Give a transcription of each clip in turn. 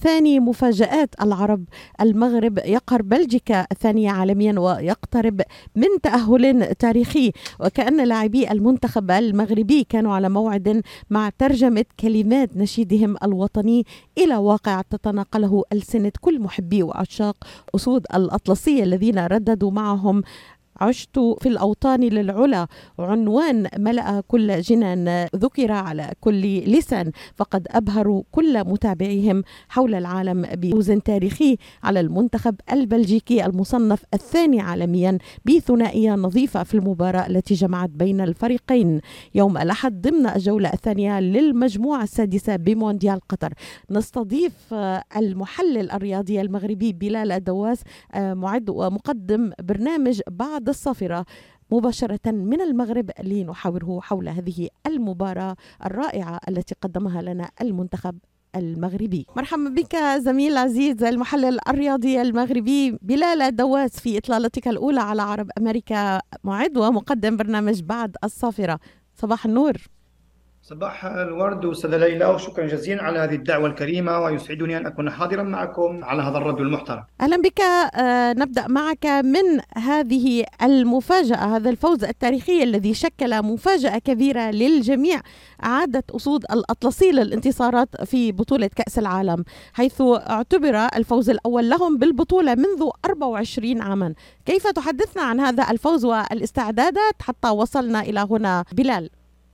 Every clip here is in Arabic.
ثاني مفاجآت العرب، المغرب يقهر بلجيكا الثانية عالميا ويقترب من تأهل تاريخي. وكأن لاعبي المنتخب المغربي كانوا على موعد مع ترجمة كلمات نشيدهم الوطني إلى واقع تتناقله ألسنة كل محبي وعشاق أسود الأطلسية الذين رددوا معهم: عشت في الأوطان للعلا، عنوان ملأ كل جنان ذكر على كل لسان. فقد أبهروا كل متابعيهم حول العالم بفوز تاريخي على المنتخب البلجيكي المصنف الثاني عالميا بثنائية نظيفة في المباراة التي جمعت بين الفريقين يوم الأحد ضمن الجولة الثانية للمجموعة السادسة بمونديال قطر. نستضيف المحلل الرياضي المغربي بلال دواس، معد ومقدم برنامج بعد الصافرة مباشرة من المغرب، لنحاوره حول هذه المباراة الرائعة التي قدمها لنا المنتخب المغربي. مرحبا بك زميل عزيز المحلل الرياضي المغربي بلال دواس في إطلالتك الأولى على عرب أمريكا، معد ومقدم برنامج بعد الصافرة. صباح النور. صباح الورد أستاذة ليلى، وشكرا جزيلا على هذه الدعوة الكريمة، ويسعدني أن أكون حاضرا معكم على هذا الراديو المحترم. أهلا بك. نبدأ معك من هذه المفاجأة، هذا الفوز التاريخي الذي شكل مفاجأة كبيرة للجميع، عادة أسود الأطلسي للانتصارات في بطولة كأس العالم، حيث اعتبر الفوز الأول لهم بالبطولة منذ 24 عاما. كيف تحدثنا عن هذا الفوز والاستعدادات حتى وصلنا إلى هنا بلال؟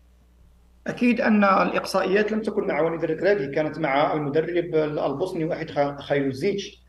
أكيد أن الإقصائيات لم تكن مع وليد الركراكي، كانت مع المدرب البوسني واحد خايلوزيتش.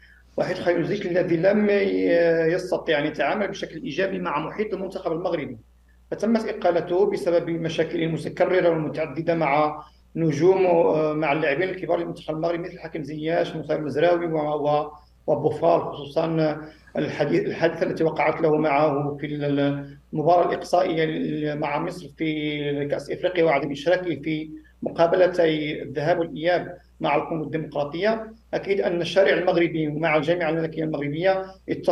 الذي لم يستطيع أن يتعامل بشكل إيجابي مع محيط المنتخب المغربي، فتمت إقالته بسبب مشاكل متكررة ومتعددة مع نجوم، مع اللاعبين الكبار للمنتخب المغربي مثل حكيم زياش، موسى المزراوي وبوفال، خصوصا الحادثة التي وقعت له معه في المباراة الإقصائية مع مصر في كأس إفريقيا، وعدم إشراكه في مقابلتي الذهاب والإياب مع الكونغو الديمقراطية. أكيد أن الشارع المغربي ومع الجامعة الملكية المغربية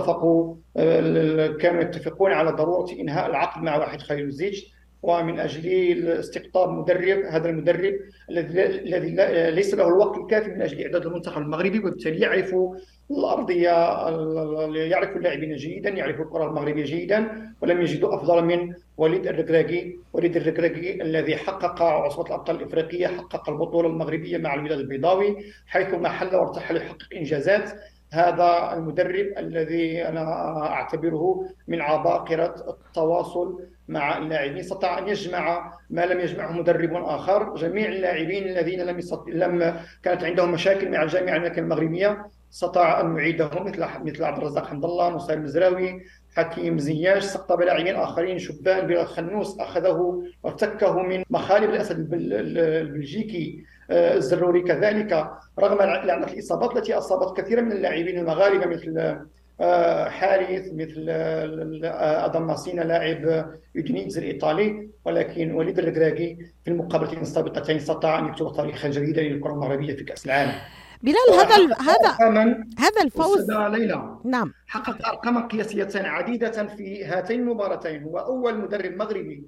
كانوا يتفقون على ضرورة إنهاء العقد مع واحد خايلوزيتش، ومن أجل استقطاب هذا المدرب الذي ليس له الوقت الكافي من أجل إعداد المنتخب المغربي، وبالتالي يعرف الأرضية، يعرف اللاعبين جيدا، يعرف الكرة المغربية جيدا، ولم يجدوا أفضل من وليد الركراكي الذي حقق عصبة الأبطال الإفريقية، حقق البطولة المغربية مع الوداد البيضاوي، حيث ما حل وارتحل يحقق إنجازات. هذا المدرب الذي أنا أعتبره من عباقرة التواصل مع اللاعبين، استطاع أن يجمع ما لم يجمعه مدرب آخر. جميع اللاعبين الذين لم كانت عندهم مشاكل مع الجامعة المغربية استطاع أن يعيدهم، مثل عبد الرزاق حمد الله، موسى المزراوي، حكيم زياش. استقطب لاعبين آخرين شبان، بلال خنوس أخذه وارتكه من مخالب الأسد البلجيكي، الزروري كذلك، رغم لعنة الإصابات التي أصابت كثيرا من اللاعبين المغاربة مثل حارث، مثل أدم ماسينا لاعب يودينيتز الإيطالي. ولكن وليد الركراكي في المقابلتين السابقتين استطاع أن يكتب تاريخا جديدا للكرة المغربية في كأس العالم. بلال، هذا الفوز. ليلى، نعم، حقق أرقاما قياسية عديدة في هاتين المباراتين. هو أول مدرب مغربي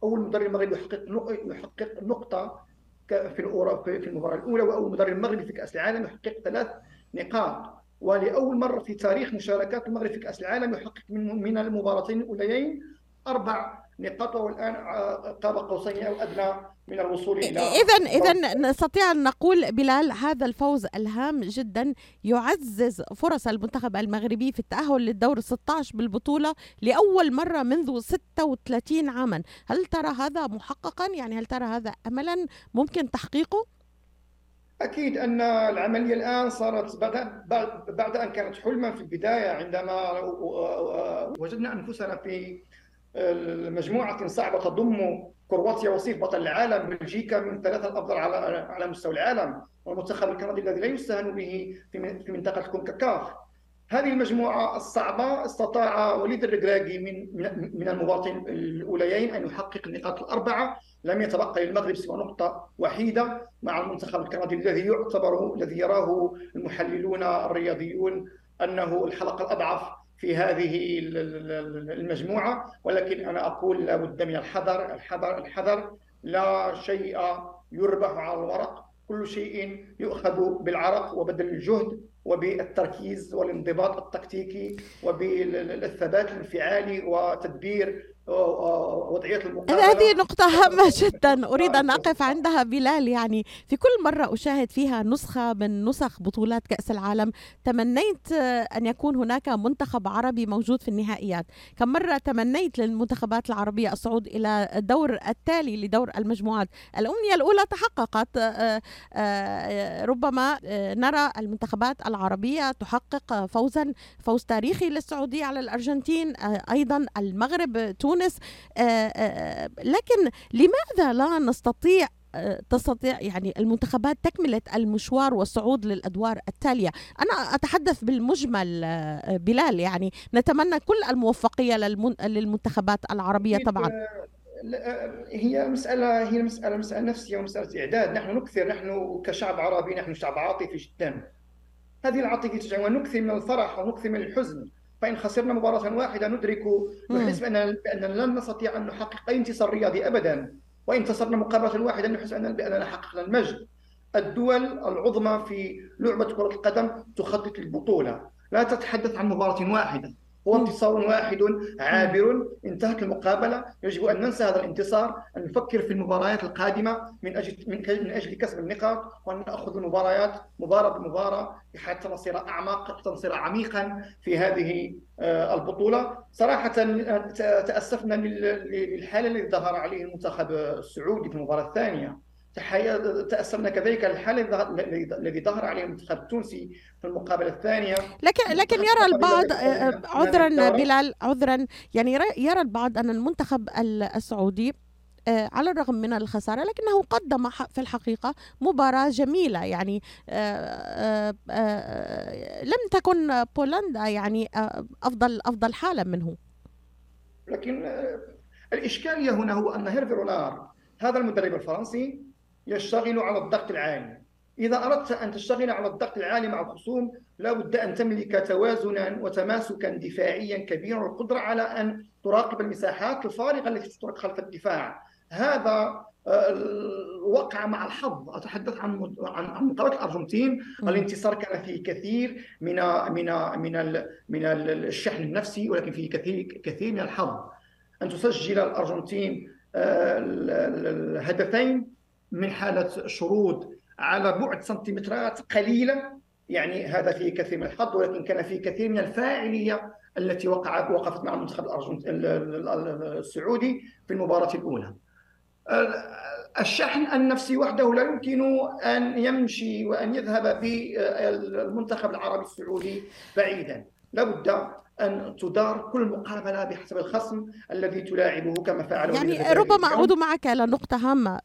يحقق نقطة في المباراة الأولى، وأول مدرب مغربي في كأس العالم يحقق 3 نقاط، ولأول مرة في تاريخ مشاركات المغرب في كأس العالم يحقق من المباراتين الأوليين 4 نقاط، والآن قاب قوسين أو أدنى من الوصول إلى. إذا نستطيع أن نقول بلال هذا الفوز الهام جدا يعزز فرص المنتخب المغربي في التأهل للدور 16 بالبطولة لأول مرة منذ 36 عاما. هل ترى هذا محققا؟ يعني هل ترى هذا أملا ممكن تحقيقه؟ أكيد أن العملية الآن صارت بعد أن كانت حلما في البداية، عندما وجدنا أنفسنا في مجموعة صعبة تضم كرواتيا وصيف بطل العالم، بلجيكا من 3 الأفضل على مستوى العالم، والمنتخب الكندي الذي لا يستهان به في منطقة الكونكاكاف. هذه المجموعة الصعبة استطاع وليد الركراكي من المباراتين الأوليين أن يحقق النقاط ال4. لم يتبقى للمغرب سوى نقطة وحيدة مع المنتخب الكندي الذي يراه المحللون الرياضيون أنه الحلقة الأضعف في هذه المجموعة. ولكن أنا أقول لا بد من الحذر. لا شيء يربح على الورق، كل شيء يؤخذ بالعرق وبذل الجهد وبالتركيز والانضباط التكتيكي وبالثبات الانفعالي وتدبير وضعية هذه المقابلة. نقطة هامة جدا أريد أن أقف عندها بلال. يعني في كل مرة أشاهد فيها نسخة من نسخ بطولات كأس العالم تمنيت أن يكون هناك منتخب عربي موجود في النهائيات. كم مرة تمنيت للمنتخبات العربية الصعود إلى الدور التالي لدور المجموعات. الأمنية الأولى تحققت. ربما نرى المنتخبات العربية تحقق فوز تاريخي للسعودية على الأرجنتين، أيضا المغرب، تونس. لكن لماذا لا تستطيع يعني المنتخبات تكملة المشوار والصعود للأدوار التالية؟ أنا أتحدث بالمجمل بلال. يعني نتمنى كل الموفقية للمنتخبات العربية طبعا. هي مسألة نفسية ومسألة إعداد. نحن كشعب عربي، نحن شعب عاطفي جدا. هذه العاطفة تجعلنا نكثر من الفرح ونكثر من الحزن. فإن خسرنا مباراة واحدة نحس بأننا لن نستطيع أن نحقق أي انتصار رياضي أبدا. وإن انتصرنا مقابلة واحدة نحس بأننا حققنا المجد. الدول العظمى في لعبة كرة القدم تخطط البطولة، لا تتحدث عن مباراة واحدة. هو انتصار واحد عابر، انتهت المقابلة. يجب أن ننسى هذا الانتصار، أن نفكر في المباريات القادمة من أجل كسب النقاط، وأن نأخذ المباريات مباراة بمباراة حتى نصير أعمق، حتى نصير عميقا في هذه البطولة. صراحة تأسفنا للحالة التي ظهر عليه المنتخب السعودي في المباراة الثانية. تأسفنا كذلك الحالة الذي ظهر عليه المنتخب التونسي في المقابلة الثانية. لكن يرى البعض، عذرا بلال، عذرا، يعني يرى البعض أن المنتخب السعودي على الرغم من الخسارة لكنه قدم في الحقيقة مباراة جميلة. يعني لم تكن بولندا يعني أفضل حالة منه. لكن الإشكالية هنا هو أن هيرفي رونار هذا المدرب الفرنسي يشتغل على الضغط العالي. إذا أردت أن تشتغل على الضغط العالي مع الخصوم لا بد أن تملك توازنا وتماسكا دفاعيا كبيرا، والقدرة على أن تراقب المساحات الفارغة التي تترك خلف الدفاع. هذا وقع مع الحظ. أتحدث عن مقابلة الأرجنتين. الانتصار كان فيه كثير من الشحن النفسي، ولكن فيه كثير من الحظ. أن تسجل الأرجنتين الهدفين من حالة شرود على بعد سنتيمترات قليلة، يعني هذا فيه كثير من الحظ، ولكن كان فيه كثير من الفاعلية التي وقفت مع المنتخب السعودي في المباراة الأولى. الشحن النفسي وحده لا يمكن أن يمشي وأن يذهب بالمنتخب العربي السعودي بعيدا. لابد أن تدار كل مقابلة بحسب الخصم الذي تلاعبه كما فعله. يعني ربما أعود معك إلى نقطة هامة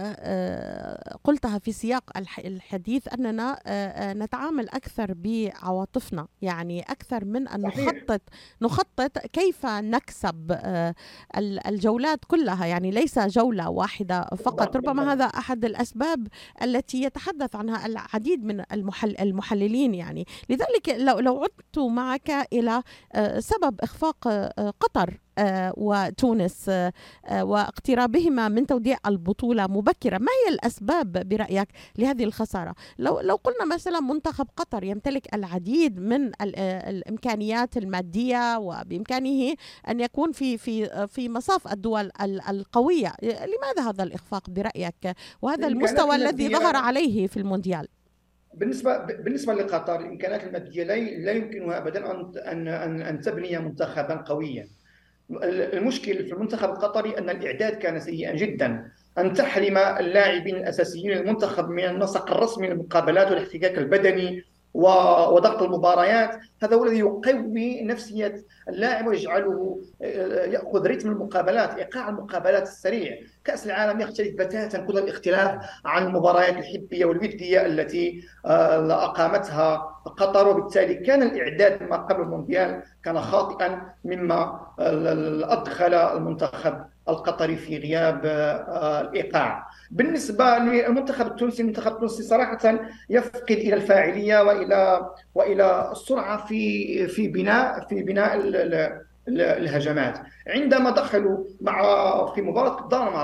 قلتها في سياق الحديث، أننا نتعامل أكثر بعواطفنا، يعني أكثر من أن نخطط كيف نكسب الجولات كلها. يعني ليس جولة واحدة فقط. ربما هذا أحد الأسباب التي يتحدث عنها العديد من المحللين. يعني لذلك لو عدت معك إلى سبب إخفاق قطر وتونس واقترابهما من توديع البطولة مبكرا، ما هي الأسباب برأيك لهذه الخسارة؟ لو قلنا مثلا منتخب قطر يمتلك العديد من الإمكانيات المادية وبإمكانه أن يكون في مصاف الدول القوية، لماذا هذا الإخفاق برأيك وهذا المستوى الذي ظهر عليه في المونديال؟ بالنسبة لقطر الإمكانات المادية لا يمكنها أبدا أن تبني منتخبا قويا. المشكل في المنتخب القطري أن الإعداد كان سيئا جدا. أن تحرم اللاعبين الأساسيين للمنتخب من النسق الرسمي للمقابلات والاحتكاك البدني وضغط المباريات، هذا هو الذي يقوي نفسية اللاعب ويجعله يأخذ رتم المقابلات، إيقاع المقابلات السريع. كأس العالم يختلف بتاتا كل الاختلاف عن المباريات الحبية والودية التي أقامتها قطر، وبالتالي كان الإعداد ما قبل المونديال كان خاطئا، مما أدخل المنتخب القطري في غياب الإيقاع. بالنسبة للمنتخب التونسي، المنتخب التونسي صراحة يفقد إلى الفاعلية وإلى السرعة في بناء الهجمات. عندما دخلوا في مباراة الدنمارك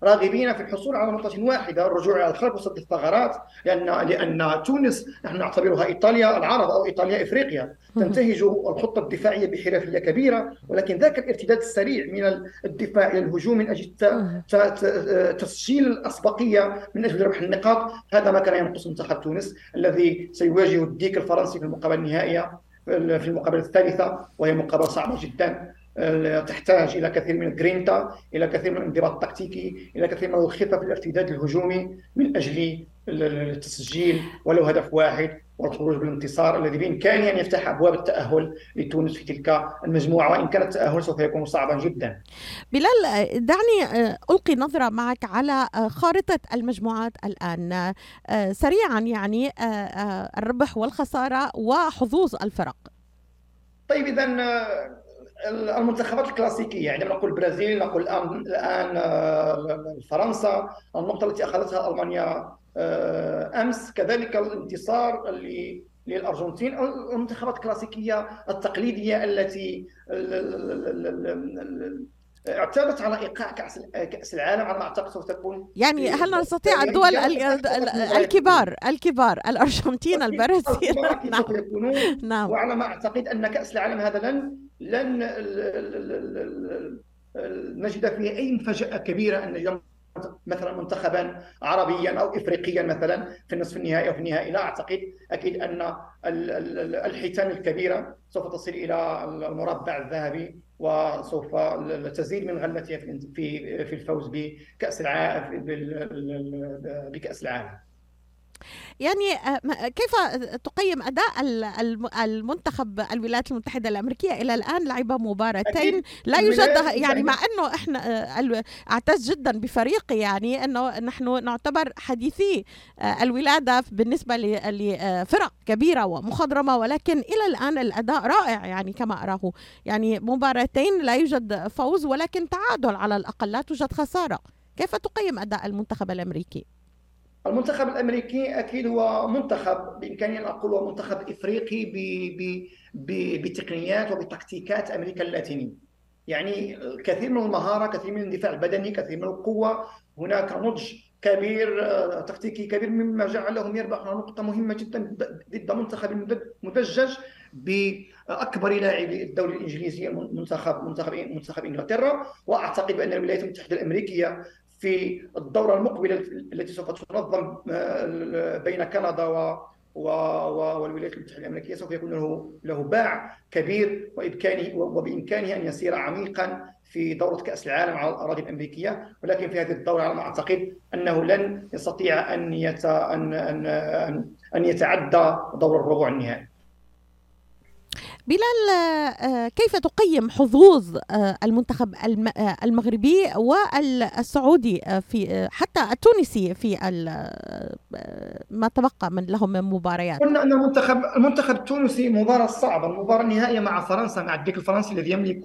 راغبين في الحصول على نقطة واحدة، الرجوع إلى الخلف وسد الثغرات، لأن تونس نحن نعتبرها إيطاليا العرب أو إيطاليا إفريقيا، تنتهج الخطة الدفاعية بحرفية كبيرة، ولكن ذاك الارتداد السريع من الدفاع إلى الهجوم من أجل تسجيل الأسبقية من أجل ربح النقاط، هذا ما كان ينقص منتخب تونس الذي سيواجه الديك الفرنسي في المقابلة النهائية، في المقابلة الثالثة، وهي مقابلة صعبة جدا تحتاج إلى كثير من الجرينتا، إلى كثير من الانضباط التكتيكي، إلى كثير من الخفة في الارتداد الهجومي من أجل التسجيل ولو هدف واحد والخروج بالانتصار الذي بإمكانه أن يفتح أبواب التأهل لتونس في تلك المجموعة، وإن كان التأهل سوف يكون صعبا جدا. بلال، دعني ألقي نظرة معك على خارطة المجموعات الآن سريعا، يعني الربح والخسارة وحظوظ الفرق. طيب، إذا المنتخبات الكلاسيكية، عندما نقول البرازيل نقول الآن فرنسا، النقطة التي أخذتها ألمانيا أمس، كذلك الانتصار للأرجنتين، المنتخبات الكلاسيكية التقليدية التي اعتادت على إيقاع كأس العالم، على ما أعتقد سوف تكون، يعني هل نستطيع الدول الكبار الأرجنتين، البرازيل سوف يكونون. نعم. وعلى ما أعتقد أن كأس العالم هذا لن نجد فيه أي مفاجأة كبيرة، أن نجد مثلا منتخبا عربيا أو إفريقيا مثلا في النصف النهائي أو في النهائي. لا أعتقد، أكيد أن الحيتان الكبيرة سوف تصل إلى المربع الذهبي، وسوف تزيد من غلتها في الفوز بكأس العالم. يعني كيف تقيم أداء المنتخب الولايات المتحدة الأمريكية؟ إلى الآن لعب مباراتين، لا يوجد يعني، مع أنه إحنا أعتز جدا بفريقي، يعني أنه نحن نعتبر حديثي الولادة بالنسبة لفرق كبيرة ومخضرمة، ولكن إلى الآن الأداء رائع، يعني كما أراه، يعني مباراتين لا يوجد فوز ولكن تعادل على الأقل، لا توجد خسارة. كيف تقيم أداء المنتخب الأمريكي؟ المنتخب الأمريكي أكيد هو منتخب، بإمكاني أن أقول هو منتخب إفريقي بتقنيات وبتكتيكات أمريكا اللاتينية، يعني كثير من المهارة، كثير من الدفاع البدني، كثير من القوة، هناك نضج كبير تكتيكي كبير، مما جعلهم يربحون نقطة مهمة جدا ضد منتخب مدجج بأكبر لاعبي الدوري الإنجليزي، منتخب إنجلترا. وأعتقد بأن الولايات المتحدة الأمريكية في الدورة المقبلة التي سوف تنظم بين كندا والولايات المتحدة الأمريكية سوف يكون له باع كبير، وبإمكانه أن يسير عميقا في دورة كأس العالم على الأراضي الأمريكية. ولكن في هذه الدورة على ما أعتقد أنه لن يستطيع أن يتعدى دور الربع النهائي. بلال، كيف تقيم حظوظ المنتخب المغربي والسعودي في حتى التونسي في ما تبقى من لهم من مباريات؟ قلنا أن المنتخب التونسي مباراة صعبة، المباراة النهائية مع فرنسا، مع الديك الفرنسي الذي يملك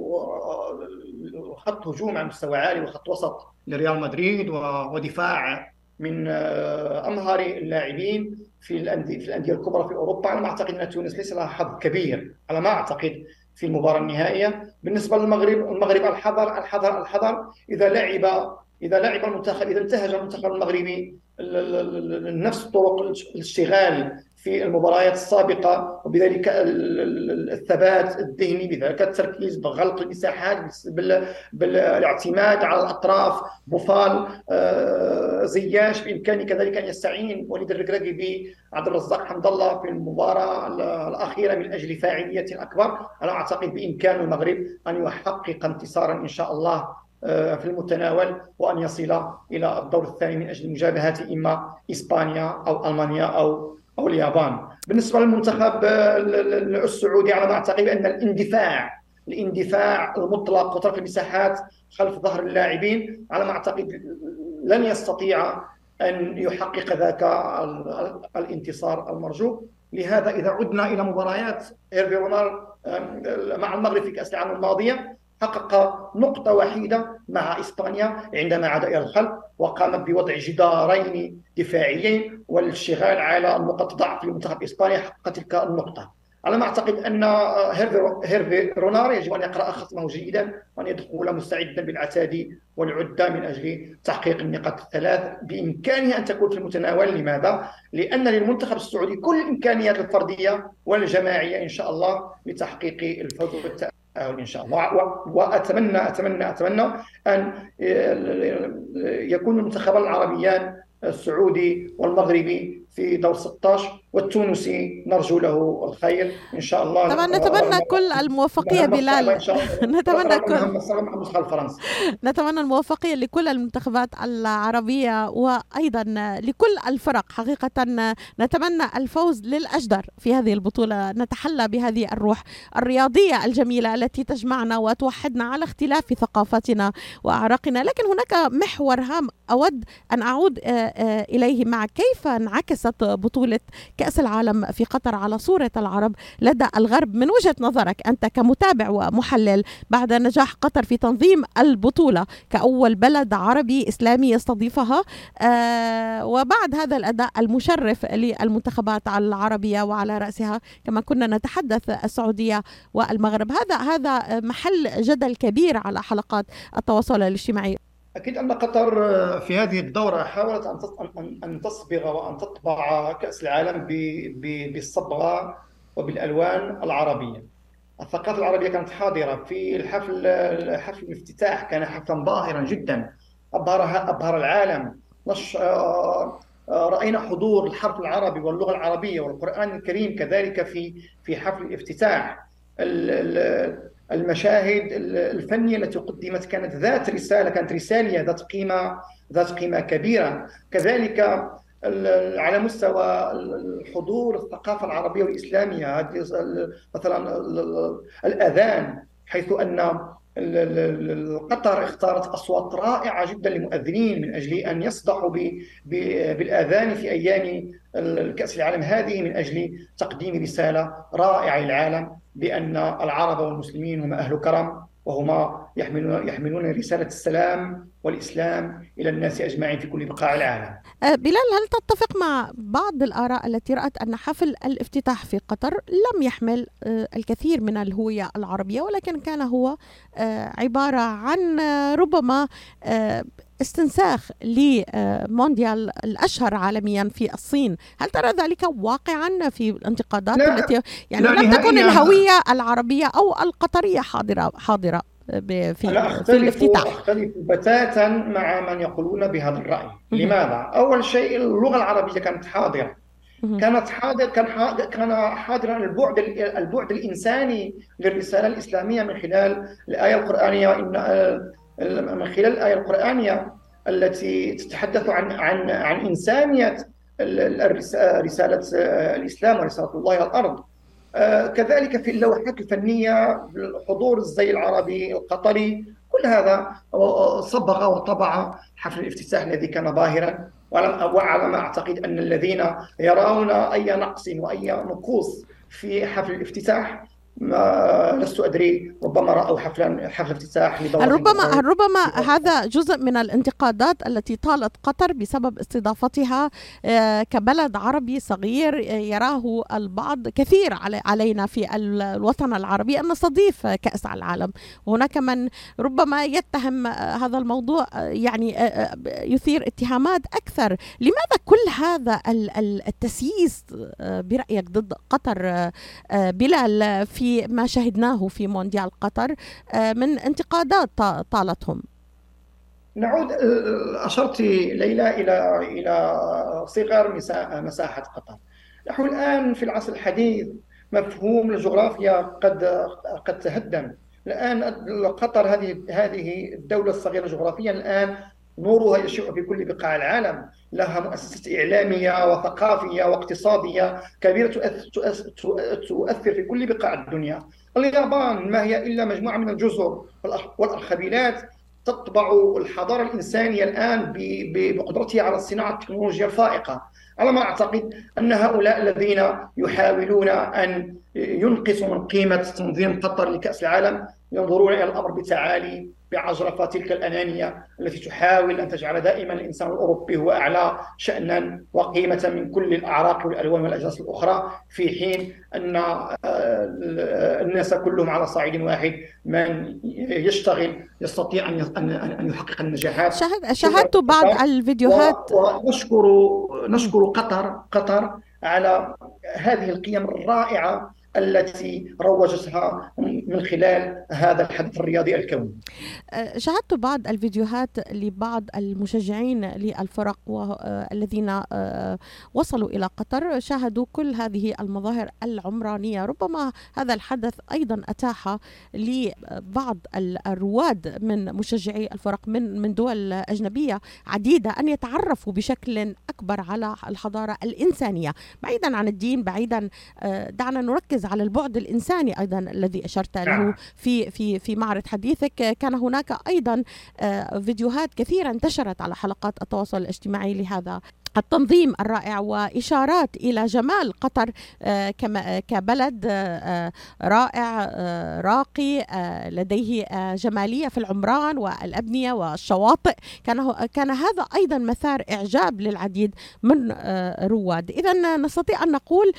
خط هجوم على مستوى عالي وخط وسط لريال مدريد ودفاع من أمهر اللاعبين في الأندية الكبرى في أوروبا. على ما أعتقد أن تونس ليس لها حظ كبير على ما أعتقد في المباراة النهائية. بالنسبة للمغرب الحذر إذا لعب المنتخب، إذا انتهج المنتخب المغربي نفس طرق الاشتغال في المباريات السابقة، وبذلك الثبات الذهني، بذلك التركيز بغلق المساحات، بالاعتماد على الأطراف، بوفال، زياش، بإمكانه كذلك أن يستعين وليد الركراكي بعبد الرزاق حمد الله في المباراة الأخيرة من أجل فاعلية أكبر. أنا أعتقد بإمكان المغرب أن يحقق انتصارا إن شاء الله في المتناول، وأن يصل إلى الدور الثاني من أجل مجابهة إما إسبانيا أو ألمانيا أو اليابان. بالنسبة للمنتخب السعودي، على ما أعتقد أن الاندفاع المطلق وترك المساحات خلف ظهر اللاعبين، على ما أعتقد لن يستطيع أن يحقق ذاك الانتصار المرجو. لهذا إذا عدنا إلى مباريات هيرفي رونار مع المغرب في كأس العالم الماضية، حقق نقطة وحيدة مع إسبانيا عندما عاد إلى الخلف، وقام بوضع جدارين دفاعيين والاشتغال على نقط ضعف لمنتخب إسبانيا، حقق تلك النقطة. على ما أعتقد أن هيرفي رونار يجب أن يقرأ خصمه جيدا وأن يدخل مستعدا بالعتاد والعدة من أجل تحقيق النقاط الثلاث بإمكانها أن تكون في المتناول. لماذا؟ لأن للمنتخب السعودي كل الإمكانيات الفردية والجماعية إن شاء الله لتحقيق الفوز والتأهل إن شاء الله. وأتمنى أن يكون المنتخبان العربيان السعودي والمغربي في دور 16 والتونسي نرجو له الخير إن شاء الله. طبعا نتمنى كل الموفقية بلال. نتمنى نتمنى الموفقية لكل المنتخبات العربية وأيضا لكل الفرق. حقيقة نتمنى الفوز للأجدر في هذه البطولة، نتحلى بهذه الروح الرياضية الجميلة التي تجمعنا وتوحدنا على اختلاف ثقافتنا وأعراقنا. لكن هناك محور هام أود أن أعود إليه معك: كيف انعكست بطولة كأس العالم في قطر على صورة العرب لدى الغرب من وجهة نظرك أنت كمتابع ومحلل، بعد نجاح قطر في تنظيم البطولة كأول بلد عربي إسلامي يستضيفها، وبعد هذا الأداء المشرف للمنتخبات العربية وعلى رأسها كما كنا نتحدث السعودية والمغرب؟ هذا محل جدل كبير على حلقات التواصل الاجتماعي. أكيد أن قطر في هذه الدورة حاولت أن تصبغ وأن تطبع كأس العالم بالصبغة وبالألوان العربية. الثقافة العربية كانت حاضرة في حفل الافتتاح، كان حفلا باهرا جدا أبهر العالم. رأينا حضور الحرف العربي واللغة العربية والقرآن الكريم كذلك في حفل الافتتاح. المشاهد الفنية التي قدمت كانت ذات رسالة، كانت رسالية ذات قيمة كبيرة. كذلك على مستوى الحضور الثقافة العربية والإسلامية، مثلا الأذان، حيث أن قطر اختارت أصوات رائعة جدا لمؤذنين من أجل أن يصدحوا بالأذان في أيام الكأس العالم هذه من أجل تقديم رسالة رائعة للعالم بأن العرب والمسلمين هم أهل كرم، وهما يحملون رسالة السلام والإسلام إلى الناس أجمعين في كل بقاع العالم. بلال، هل تتفق مع بعض الآراء التي رأت أن حفل الافتتاح في قطر لم يحمل الكثير من الهوية العربية، ولكن كان هو عبارة عن ربما استنساخ لمونديال الأشهر عالميا في الصين؟ هل ترى ذلك واقعا في الانتقادات التي يعني لم تكن الهوية العربية أو القطرية حاضرة في الافتتاح؟ أختلف بتاتا مع من يقولون بهذا الرأي. لماذا؟ أول شيء اللغة العربية كانت حاضرة، كان حاضرا البعد الإنساني للرسالة الإسلامية من خلال الآية القرآنية، من خلال الآية القرآنية التي تتحدث عن إنسانية رسالة الإسلام ورسالة الله على الأرض. كذلك في اللوحات الفنية، حضور الزي العربي القطري، كل هذا صبغ وطبع حفل الافتتاح الذي كان باهرا. وعلى ما أعتقد أن الذين يرون أي نقص وأي نقوص في حفل الافتتاح لست أدري، ربما رأوا حفل افتتاح ربما هذا جزء من الانتقادات التي طالت قطر بسبب استضافتها كبلد عربي صغير. يراه البعض كثير علينا في الوطن العربي أن نستضيف كأس العالم، وهناك من ربما يتهم هذا الموضوع، يعني يثير اتهامات أكثر. لماذا كل هذا التسييس برأيك ضد قطر بلال في ما شهدناه في مونديال قطر من انتقادات طالتهم؟ نعود، أشرت ليلى إلى صغر مساحة قطر. نحن الآن في العصر الحديث مفهوم الجغرافيا قد تهدم. الآن قطر هذه الدولة الصغيرة جغرافيا الآن نورها يشع في كل بقاع العالم، لها مؤسسات إعلامية وثقافية واقتصادية كبيرة تؤثر في كل بقاع الدنيا. اليابان ما هي إلا مجموعة من الجزر والأرخبيلات تطبع الحضارة الإنسانية الآن بقدرتها على الصناعة التكنولوجيا الفائقة. على ما أعتقد أن هؤلاء الذين يحاولون أن ينقصوا من قيمة تنظيم قطر لكأس العالم ينظرون إلى الأمر بتعالي، بعجرفة، تلك الأنانية التي تحاول أن تجعل دائما الإنسان الأوروبي هو أعلى شأنا وقيمة من كل الأعراق والألوان والأجناس الأخرى، في حين أن الناس كلهم على صعيد واحد، من يشتغل يستطيع أن يحقق النجاحات. شاهدت بعض الفيديوهات. نشكر قطر على هذه القيم الرائعة التي روجتها من خلال هذا الحدث الرياضي الكوني. شاهدت بعض الفيديوهات لبعض المشجعين للفرق الذين وصلوا إلى قطر، شاهدوا كل هذه المظاهر العمرانية. ربما هذا الحدث أيضا أتاح لبعض الرواد من مشجعي الفرق من دول أجنبية عديدة أن يتعرفوا بشكل أكبر على الحضارة الإنسانية، بعيدا عن الدين، بعيدا. دعنا نركز على البعد الإنساني أيضا الذي أشرت له في معرض حديثك. كان هناك أيضا فيديوهات كثيرة انتشرت على حلقات التواصل الاجتماعي لهذا التنظيم الرائع، وإشارات إلى جمال قطر كبلد رائع راقي لديه جمالية في العمران والأبنية والشواطئ. كان هذا أيضا مثار إعجاب للعديد من رواد. إذن نستطيع أن نقول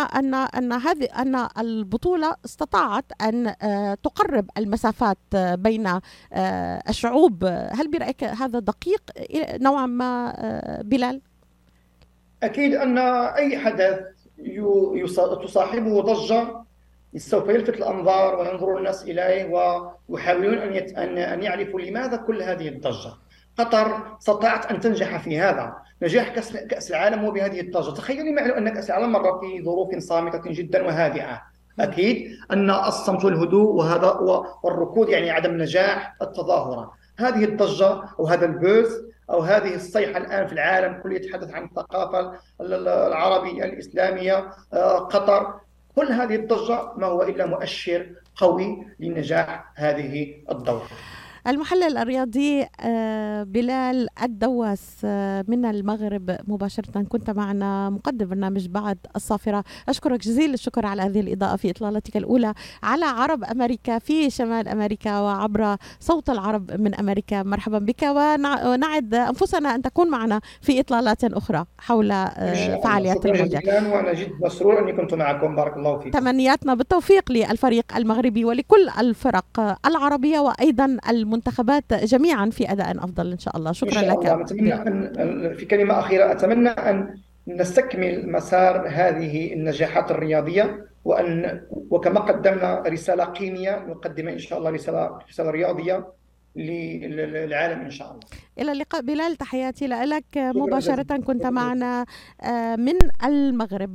أن البطولة استطاعت أن تقرب المسافات بين الشعوب. هل برأيك هذا دقيق نوعا ما بلال؟ أكيد أن أي حدث تصاحبه ضجة سوف يلفت الأنظار وينظر الناس إليه ويحاولون أن يعرفوا لماذا كل هذه الضجة. قطر استطاعت أن تنجح في هذا. نجاح كأس العالم هو بهذه الضجة. تخيلي معي أن كأس العالم مر في ظروف صامتة جدا وهادئة. أكيد أن الصمت والهدوء وهذا والركود يعني عدم نجاح التظاهرة. هذه الضجة أو هذا البوث أو هذه الصيحة الآن في العالم كله يتحدث عن الثقافة العربية الإسلامية، قطر، كل هذه الضجة ما هو إلا مؤشر قوي لنجاح هذه الدورة. المحلل الرياضي بلال الدواس من المغرب مباشرة كنت معنا مقدم برنامج بعد الصافرة. أشكرك جزيل الشكر على هذه الإضاءة في إطلالتك الأولى على عرب أمريكا في شمال أمريكا وعبر صوت العرب من أمريكا. مرحبا بك، ونعد أنفسنا أن تكون معنا في إطلالات أخرى حول فعاليات المونديال. وأنا جد مسرور أني كنت معكم. بارك الله فيكم. تمنياتنا بالتوفيق للفريق المغربي ولكل الفرق العربية وأيضا المنتخبات جميعا في أداء أفضل إن شاء الله. شكرا لك. أتمنى أن في كلمة أخيرة، أتمنى أن نستكمل مسار هذه النجاحات الرياضية، وكما قدمنا رسالة قيمية نقدم إن شاء الله رسالة رياضية للعالم إن شاء الله. إلى اللقاء بلال، تحياتي لك مباشرة كنت معنا من المغرب.